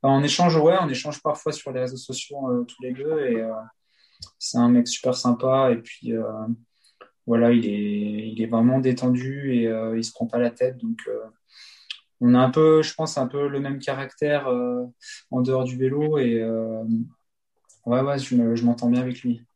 On échange parfois sur les réseaux sociaux tous les deux et c'est un mec super sympa et puis voilà, il est vraiment détendu et il se prend pas la tête. Donc on a un peu, je pense, un peu le même caractère en dehors du vélo et ouais, ouais, je m'entends bien avec lui.